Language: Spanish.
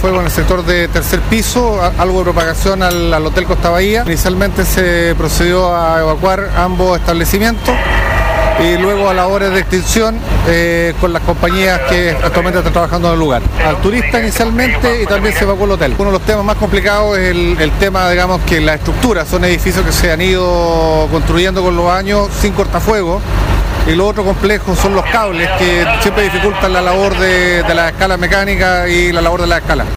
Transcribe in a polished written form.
fuego en el sector de tercer piso, algo de propagación al Hotel Costa Bahía. Inicialmente se procedió a evacuar ambos establecimientos y luego a labores de extinción con las compañías que actualmente están trabajando en el lugar. Al turista inicialmente y también se evacuó el hotel. Uno de los temas más complicados es el tema, digamos, que la estructura, son edificios que se han ido construyendo con los años sin cortafuegos. Y lo otro complejo son los cables que siempre dificultan la labor de la escala mecánica y la labor de la escala.